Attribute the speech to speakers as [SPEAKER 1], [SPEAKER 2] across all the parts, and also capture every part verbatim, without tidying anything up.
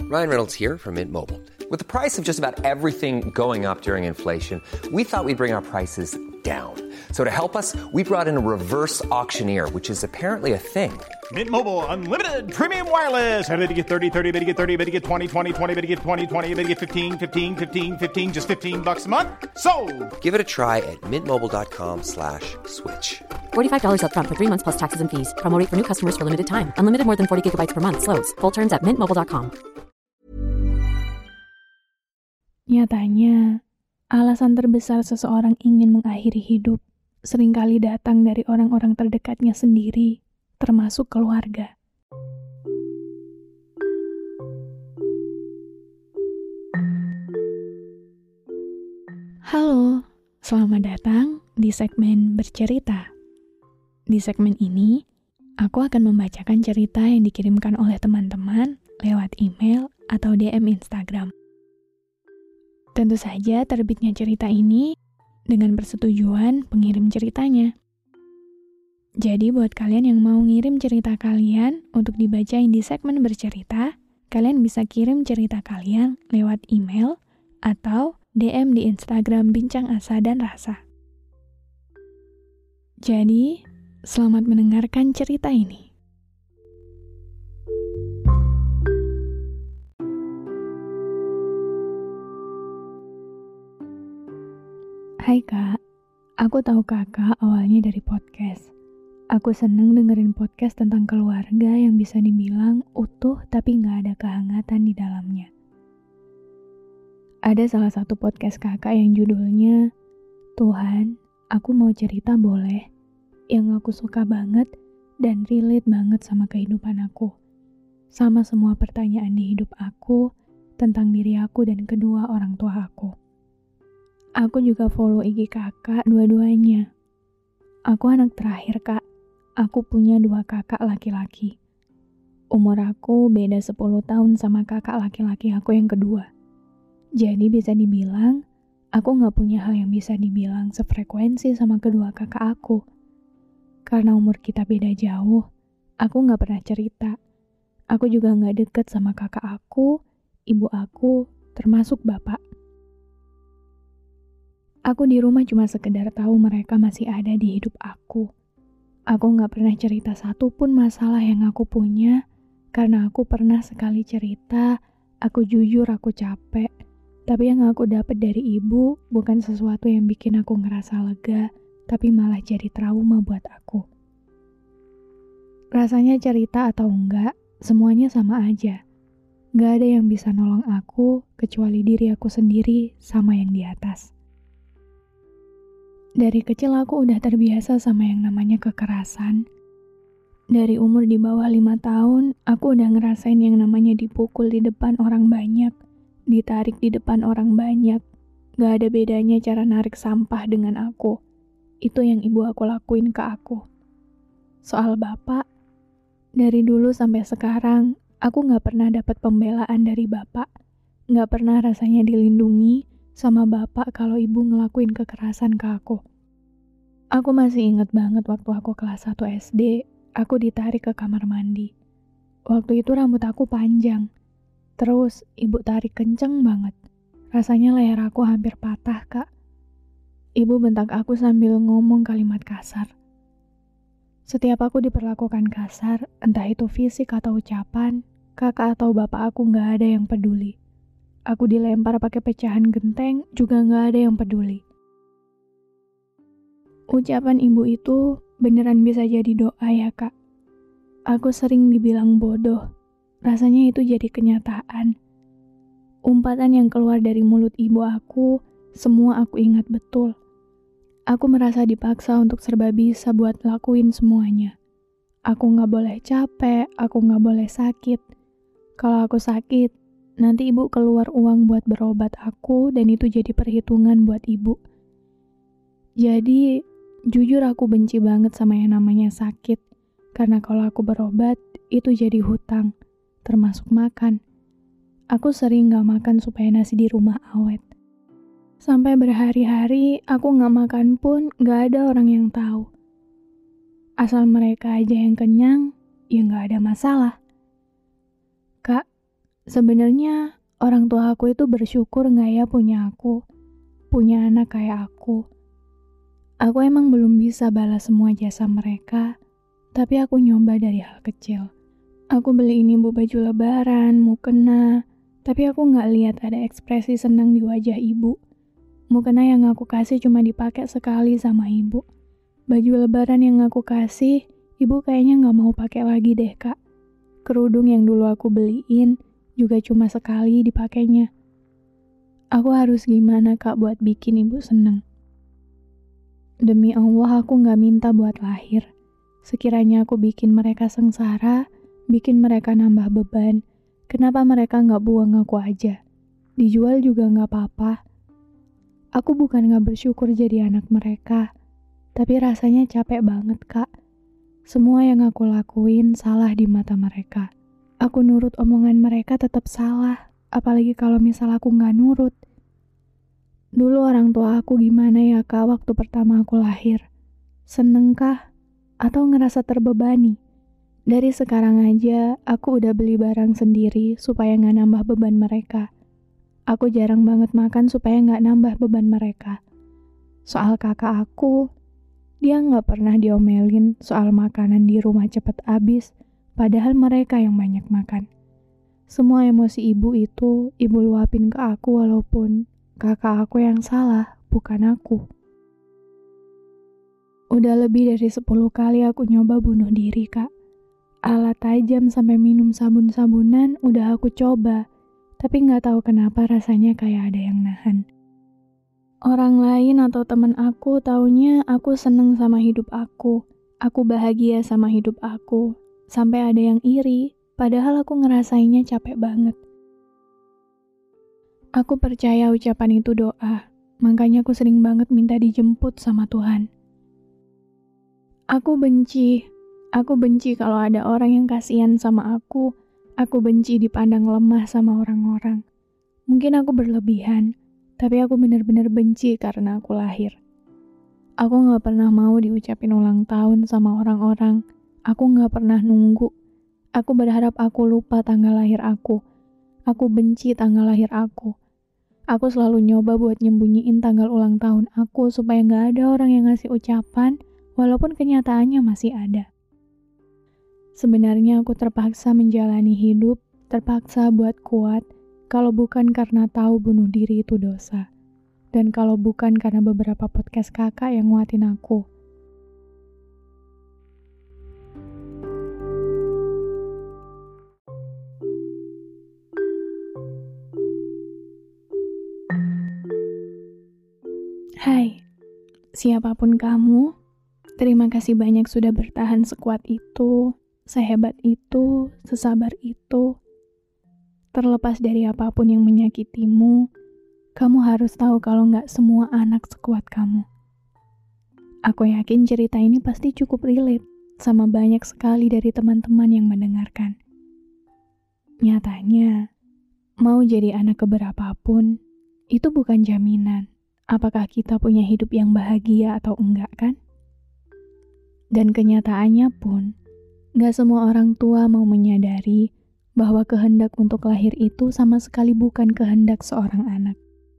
[SPEAKER 1] Ryan Reynolds here from Mint Mobile. With the price of just about everything going up during inflation, we thought we'd bring our prices down. So to help us, we brought in a reverse auctioneer, which is apparently a thing.
[SPEAKER 2] Mint Mobile Unlimited Premium Wireless. How to get thirty, thirty, how to get thirty, how to get twenty, twenty, twenty, how to get twenty, twenty, how to get fifteen, fifteen, fifteen, fifteen, just fifteen bucks a month? Sold!
[SPEAKER 1] Give it a try at mintmobile.com slash switch.
[SPEAKER 3] forty-five dollars up front for three months plus taxes and fees. Promo rate for new customers for limited time. Unlimited more than forty gigabytes per month. Slows full terms at mint mobile dot com.
[SPEAKER 4] Nyatanya, alasan terbesar seseorang ingin mengakhiri hidup seringkali datang dari orang-orang terdekatnya sendiri, termasuk keluarga. Halo, selamat datang di segmen Bercerita. Di segmen ini, aku akan membacakan cerita yang dikirimkan oleh teman-teman lewat email atau D M Instagram. Tentu saja terbitnya cerita ini dengan persetujuan pengirim ceritanya. Jadi buat kalian yang mau ngirim cerita kalian untuk dibacain di segmen Bercerita, kalian bisa kirim cerita kalian lewat email atau D M di Instagram Bincang Asa dan Rasa. Jadi, selamat mendengarkan cerita ini. Hai kak, aku tahu kakak awalnya dari podcast. Aku seneng dengerin podcast tentang keluarga yang bisa dibilang utuh tapi nggak ada kehangatan di dalamnya. Ada salah satu podcast kakak yang judulnya Tuhan, aku mau cerita boleh, yang aku suka banget dan relate banget sama kehidupan aku. Sama semua pertanyaan di hidup aku tentang diri aku dan kedua orang tua aku. Aku juga follow I G kakak dua-duanya. Aku anak terakhir kak. Aku punya dua kakak laki-laki. Umur aku beda sepuluh tahun sama kakak laki-laki aku yang kedua. Jadi bisa dibilang, aku gak punya hal yang bisa dibilang sefrekuensi sama kedua kakak aku. Karena umur kita beda jauh, aku gak pernah cerita. Aku juga gak deket sama kakak aku, ibu aku, termasuk bapak. Aku di rumah cuma sekedar tahu mereka masih ada di hidup aku. Aku gak pernah cerita satupun masalah yang aku punya, karena aku pernah sekali cerita, aku jujur aku capek, tapi yang aku dapat dari ibu bukan sesuatu yang bikin aku ngerasa lega, tapi malah jadi trauma buat aku. Rasanya cerita atau enggak, semuanya sama aja. Gak ada yang bisa nolong aku, kecuali diri aku sendiri sama yang di atas. Dari kecil aku udah terbiasa sama yang namanya kekerasan. Dari umur di bawah lima tahun, aku udah ngerasain yang namanya dipukul di depan orang banyak, ditarik di depan orang banyak. Gak ada bedanya cara narik sampah dengan aku. Itu yang ibu aku lakuin ke aku. Soal bapak, dari dulu sampai sekarang, aku gak pernah dapat pembelaan dari bapak. Gak pernah rasanya dilindungi sama bapak kalau ibu ngelakuin kekerasan ke aku. Aku masih inget banget waktu aku kelas satu S D, aku ditarik ke kamar mandi. Waktu itu rambut aku panjang. Terus ibu tarik kenceng banget. Rasanya leher aku hampir patah, Kak. Ibu bentak aku sambil ngomong kalimat kasar. Setiap aku diperlakukan kasar, entah itu fisik atau ucapan, kakak atau bapak aku gak ada yang peduli. Aku dilempar pakai pecahan genteng, juga gak ada yang peduli. Ucapan ibu itu beneran bisa jadi doa ya kak. Aku sering dibilang bodoh, rasanya itu jadi kenyataan. Umpatan yang keluar dari mulut ibu aku, semua aku ingat betul. Aku merasa dipaksa untuk serba bisa buat lakuin semuanya. Aku gak boleh capek, aku gak boleh sakit. Kalau aku sakit, nanti ibu keluar uang buat berobat aku dan itu jadi perhitungan buat ibu. Jadi, jujur aku benci banget sama yang namanya sakit. Karena kalau aku berobat, itu jadi hutang, termasuk makan. Aku sering gak makan supaya nasi di rumah awet. Sampai berhari-hari, aku gak makan pun gak ada orang yang tahu. Asal mereka aja yang kenyang, ya gak ada masalah. Kak, Sebenarnya orang tua aku itu bersyukur nggak ya punya aku, punya anak kayak aku. Aku emang belum bisa balas semua jasa mereka, tapi aku nyoba dari hal kecil. Aku beliin ibu baju lebaran, mukena, tapi aku nggak lihat ada ekspresi senang di wajah ibu. Mukena yang aku kasih cuma dipakai sekali sama ibu. Baju lebaran yang aku kasih, ibu kayaknya nggak mau pakai lagi deh, Kak. Kerudung yang dulu aku beliin juga cuma sekali dipakainya. Aku harus gimana, Kak, buat bikin ibu seneng? Demi Allah, aku nggak minta buat lahir. Sekiranya aku bikin mereka sengsara, bikin mereka nambah beban, kenapa mereka nggak buang aku aja? Dijual juga nggak apa-apa. Aku bukan nggak bersyukur jadi anak mereka, tapi rasanya capek banget, Kak. Semua yang aku lakuin salah di mata mereka. Aku nurut omongan mereka tetap salah, apalagi kalau misal aku nggak nurut. Dulu orang tua aku gimana ya, Kak, waktu pertama aku lahir? Seneng kah? Atau ngerasa terbebani? Dari sekarang aja, aku udah beli barang sendiri supaya nggak nambah beban mereka. Aku jarang banget makan supaya nggak nambah beban mereka. Soal kakak aku, dia nggak pernah diomelin soal makanan di rumah cepet habis, padahal mereka yang banyak makan. Semua emosi ibu itu, ibu luapin ke aku walaupun kakak aku yang salah, bukan aku. Udah lebih dari sepuluh kali aku nyoba bunuh diri, Kak. Alat tajam sampai minum sabun-sabunan udah aku coba, tapi nggak tahu kenapa rasanya kayak ada yang nahan. Orang lain atau teman aku taunya aku seneng sama hidup aku, aku bahagia sama hidup aku, sampai ada yang iri, padahal aku ngerasainnya capek banget. Aku percaya ucapan itu doa, makanya aku sering banget minta dijemput sama Tuhan. Aku benci, aku benci kalau ada orang yang kasihan sama aku, aku benci dipandang lemah sama orang-orang. Mungkin aku berlebihan, tapi aku benar-benar benci karena aku lahir. Aku gak pernah mau diucapin ulang tahun sama orang-orang, aku gak pernah nunggu. Aku berharap aku lupa tanggal lahir aku. Aku benci tanggal lahir aku. Aku selalu nyoba buat nyembunyiin tanggal ulang tahun aku supaya gak ada orang yang ngasih ucapan, walaupun kenyataannya masih ada. Sebenarnya aku terpaksa menjalani hidup, terpaksa buat kuat, kalau bukan karena tahu bunuh diri itu dosa. Dan kalau bukan karena beberapa podcast kakak yang nguatin aku. Hai, siapapun kamu, terima kasih banyak sudah bertahan sekuat itu, sehebat itu, sesabar itu. Terlepas dari apapun yang menyakitimu, kamu harus tahu kalau nggak semua anak sekuat kamu. Aku yakin cerita ini pasti cukup relate sama banyak sekali dari teman-teman yang mendengarkan. Nyatanya, mau jadi anak keberapapun, itu bukan jaminan apakah kita punya hidup yang bahagia atau enggak, kan? Dan kenyataannya pun, gak semua orang tua mau menyadari bahwa kehendak untuk lahir itu sama sekali bukan kehendak seorang anak.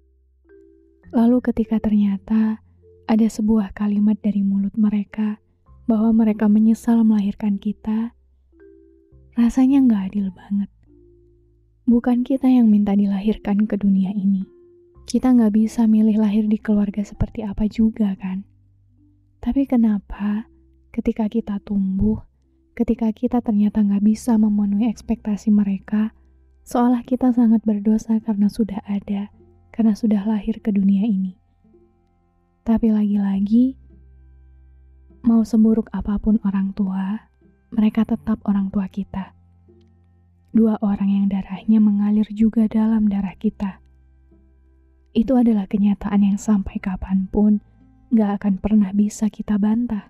[SPEAKER 4] Lalu ketika ternyata ada sebuah kalimat dari mulut mereka bahwa mereka menyesal melahirkan kita, rasanya gak adil banget. Bukan kita yang minta dilahirkan ke dunia ini. Kita gak bisa milih lahir di keluarga seperti apa juga, kan? Tapi kenapa ketika kita tumbuh, ketika kita ternyata gak bisa memenuhi ekspektasi mereka, seolah kita sangat berdosa karena sudah ada, karena sudah lahir ke dunia ini. Tapi lagi-lagi, mau seburuk apapun orang tua, mereka tetap orang tua kita. Dua orang yang darahnya mengalir juga dalam darah kita. Itu adalah kenyataan yang sampai kapanpun gak akan pernah bisa kita bantah.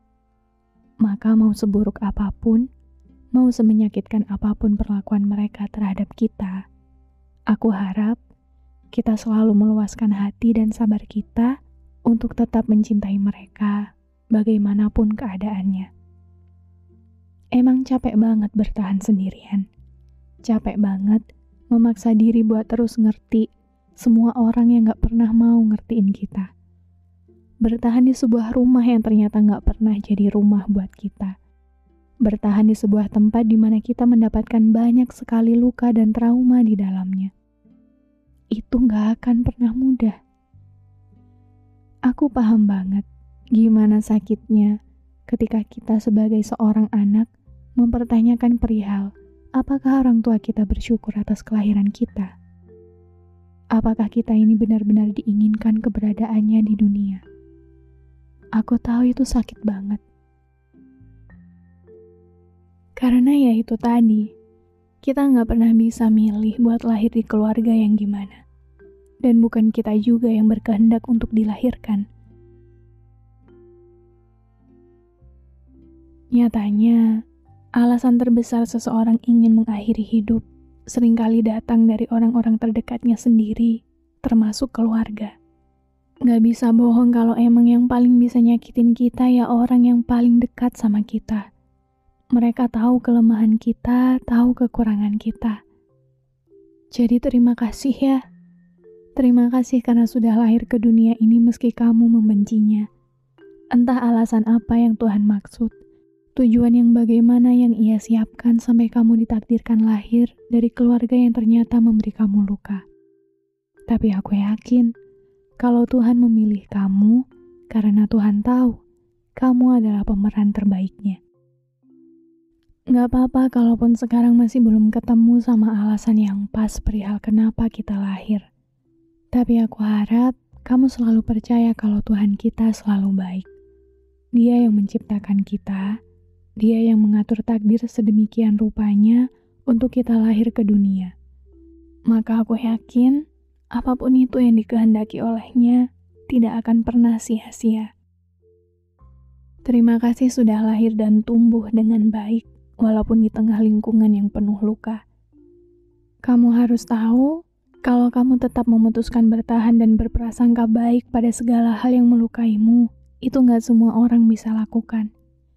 [SPEAKER 4] Maka mau seburuk apapun, mau semenyakitkan apapun perlakuan mereka terhadap kita, aku harap kita selalu meluaskan hati dan sabar kita untuk tetap mencintai mereka bagaimanapun keadaannya. Emang capek banget bertahan sendirian. Capek banget memaksa diri buat terus ngerti semua orang yang gak pernah mau ngertiin kita. Bertahan di sebuah rumah yang ternyata gak pernah jadi rumah buat kita. Bertahan di sebuah tempat di mana kita mendapatkan banyak sekali luka dan trauma di dalamnya. Itu gak akan pernah mudah. Aku paham banget gimana sakitnya ketika kita sebagai seorang anak mempertanyakan perihal apakah orang tua kita bersyukur atas kelahiran kita. Apakah kita ini benar-benar diinginkan keberadaannya di dunia? Aku tahu itu sakit banget. Karena ya itu tadi, kita gak pernah bisa milih buat lahir di keluarga yang gimana. Dan bukan kita juga yang berkehendak untuk dilahirkan. Nyatanya, alasan terbesar seseorang ingin mengakhiri hidup seringkali datang dari orang-orang terdekatnya sendiri, termasuk keluarga. Gak bisa bohong kalau emang yang paling bisa nyakitin kita ya orang yang paling dekat sama kita. Mereka tahu kelemahan kita, tahu kekurangan kita. Jadi terima kasih ya. Terima kasih karena sudah lahir ke dunia ini meski kamu membencinya. Entah alasan apa yang Tuhan maksud. Tujuan yang bagaimana yang Ia siapkan sampai kamu ditakdirkan lahir dari keluarga yang ternyata memberi kamu luka. Tapi aku yakin, kalau Tuhan memilih kamu, karena Tuhan tahu, kamu adalah pemeran terbaiknya. Gak apa-apa kalaupun sekarang masih belum ketemu sama alasan yang pas perihal kenapa kita lahir. Tapi aku harap kamu selalu percaya kalau Tuhan kita selalu baik. Dia yang menciptakan kita, Dia yang mengatur takdir sedemikian rupanya untuk kita lahir ke dunia. Maka aku yakin, apapun itu yang dikehendaki olehnya, tidak akan pernah sia-sia. Terima kasih sudah lahir dan tumbuh dengan baik, walaupun di tengah lingkungan yang penuh luka. Kamu harus tahu, kalau kamu tetap memutuskan bertahan dan berprasangka baik pada segala hal yang melukaimu, itu gak semua orang bisa lakukan.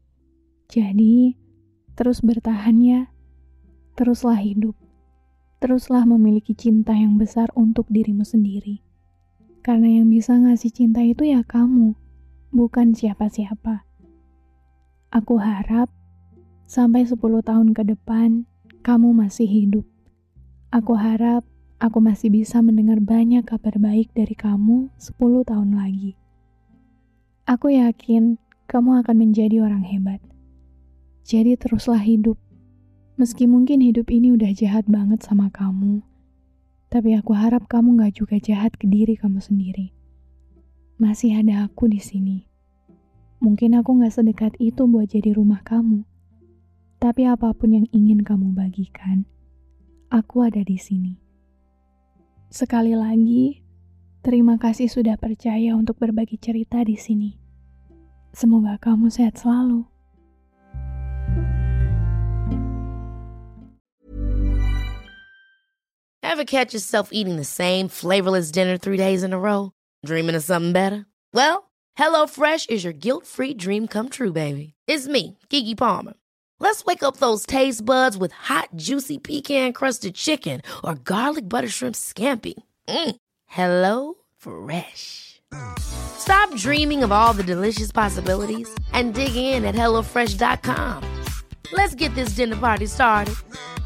[SPEAKER 4] Jadi, terus bertahan ya, teruslah hidup. Teruslah memiliki cinta yang besar untuk dirimu sendiri. Karena yang bisa ngasih cinta itu ya kamu, bukan siapa-siapa. Aku harap, sampai sepuluh tahun ke depan, kamu masih hidup. Aku harap, aku masih bisa mendengar banyak kabar baik dari kamu sepuluh tahun lagi. Aku yakin, kamu akan menjadi orang hebat. Jadi teruslah hidup. Meski mungkin hidup ini udah jahat banget sama kamu, tapi aku harap kamu gak juga jahat ke diri kamu sendiri. Masih ada aku di sini. Mungkin aku gak sedekat itu buat jadi rumah kamu, tapi apapun yang ingin kamu bagikan, aku ada di sini. Sekali lagi, terima kasih sudah percaya untuk berbagi cerita di sini. Semoga kamu sehat selalu.
[SPEAKER 5] Ever catch yourself eating the same flavorless dinner three days in a row? Dreaming of something better? Well, HelloFresh is your guilt-free dream come true, baby. It's me, Keke Palmer. Let's wake up those taste buds with hot, juicy pecan-crusted chicken or garlic butter shrimp scampi. Mm. Hello Fresh. Stop dreaming of all the delicious possibilities and dig in at hello fresh dot com. Let's get this dinner party started.